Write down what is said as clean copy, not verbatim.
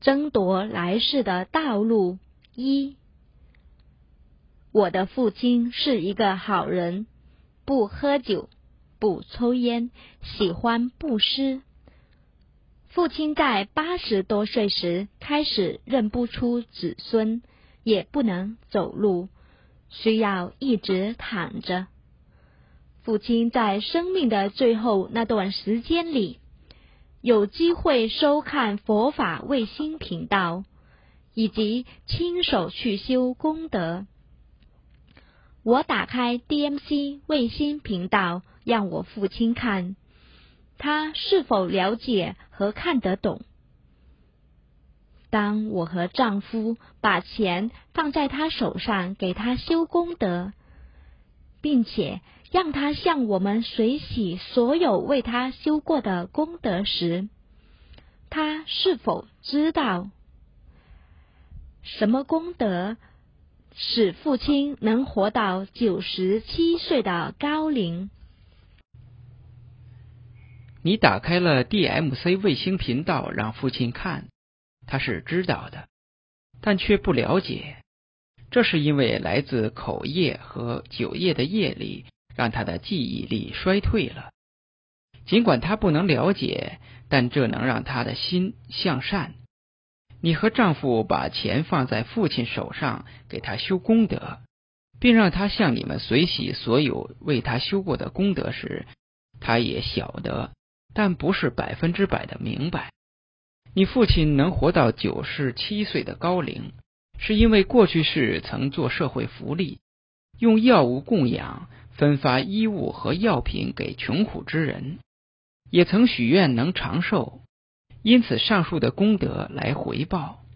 争夺来世的道路。一，我的父亲是一个好人，不喝酒，不抽烟，喜欢布施。父亲在80多岁时开始认不出子孙，也不能走路，需要一直躺着。父亲在生命的最后那段时间里，有机会收看佛法卫星频道，以及亲手去修功德。我打开 DMC 卫星频道让我父亲看，他是否了解和看得懂。当我和丈夫把钱放在他手上给他修功德，并且让他向我们随喜所有为他修过的功德时，他是否知道什么功德使父亲能活到97岁的高龄？ 你打开了 DMC 卫星频道让父亲看，他是知道的，但却不了解。这是因为来自口业和酒业的业力让他的记忆力衰退了。尽管他不能了解，但这能让他的心向善。你和丈夫把钱放在父亲手上给他修功德，并让他向你们随喜所有为他修过的功德时，他也晓得，但不是100%的明白。你父亲能活到97岁的高龄，是因为过去世曾做社会福利，用药物供养，分发衣物和药品给穷苦之人，也曾许愿能长寿，因此上述的功德来回报。